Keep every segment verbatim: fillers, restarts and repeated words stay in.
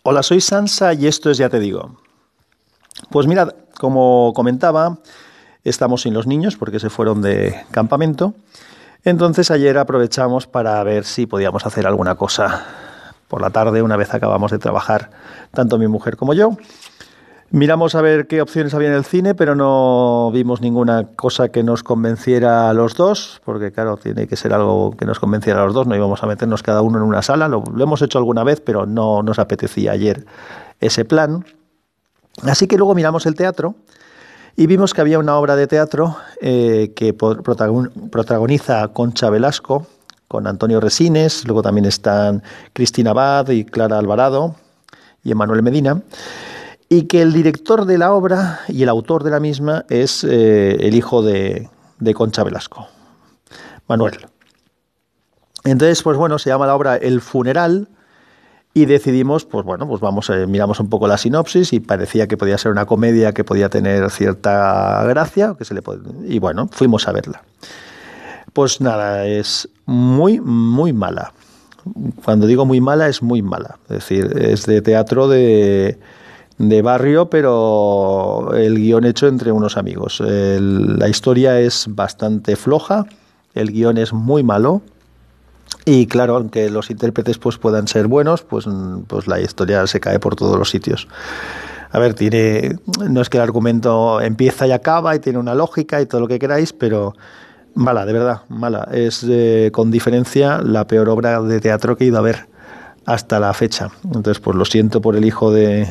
Hola, soy Sansa y esto es Ya Te Digo. Pues mirad, como comentaba, estamos sin los niños porque se fueron de campamento. Entonces ayer aprovechamos para ver si podíamos hacer alguna cosa por la tarde, una vez acabamos de trabajar, tanto mi mujer como yo. Miramos a ver qué opciones había en el cine, pero no vimos ninguna cosa que nos convenciera a los dos, porque claro, tiene que ser algo que nos convenciera a los dos, no íbamos a meternos cada uno en una sala, lo, lo hemos hecho alguna vez, pero no nos apetecía ayer ese plan. Así que luego miramos el teatro y vimos que había una obra de teatro eh, que protagoniza Concha Velasco, con Antonio Resines, luego también están Cristina Abad y Clara Alvarado y Emmanuel Medina, y que el director de la obra y el autor de la misma es eh, el hijo de, de Concha Velasco, Manuel. Entonces, pues bueno, se llama la obra El Funeral y decidimos, pues bueno, pues vamos, eh, miramos un poco la sinopsis y parecía que podía ser una comedia que podía tener cierta gracia, que se le pod... y bueno, fuimos a verla. Pues nada, es muy, muy mala. Cuando digo muy mala, es muy mala. Es decir, es de teatro de... de barrio, pero el guión hecho entre unos amigos. El, la historia es bastante floja, el guión es muy malo y claro, aunque los intérpretes pues puedan ser buenos, pues, pues la historia se cae por todos los sitios. A ver, tiene, no es que el argumento empieza y acaba y tiene una lógica y todo lo que queráis, pero mala, de verdad, mala. Es eh, con diferencia la peor obra de teatro que he ido a ver hasta la fecha. Entonces, pues lo siento por el hijo de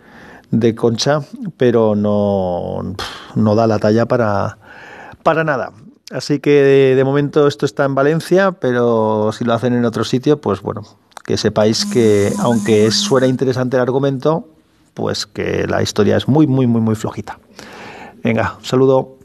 de Concha, pero no, no da la talla para, para nada. Así que de, de momento esto está en Valencia, pero si lo hacen en otro sitio, pues bueno, que sepáis que aunque suena interesante el argumento, pues que la historia es muy, muy, muy, muy flojita. Venga, un saludo.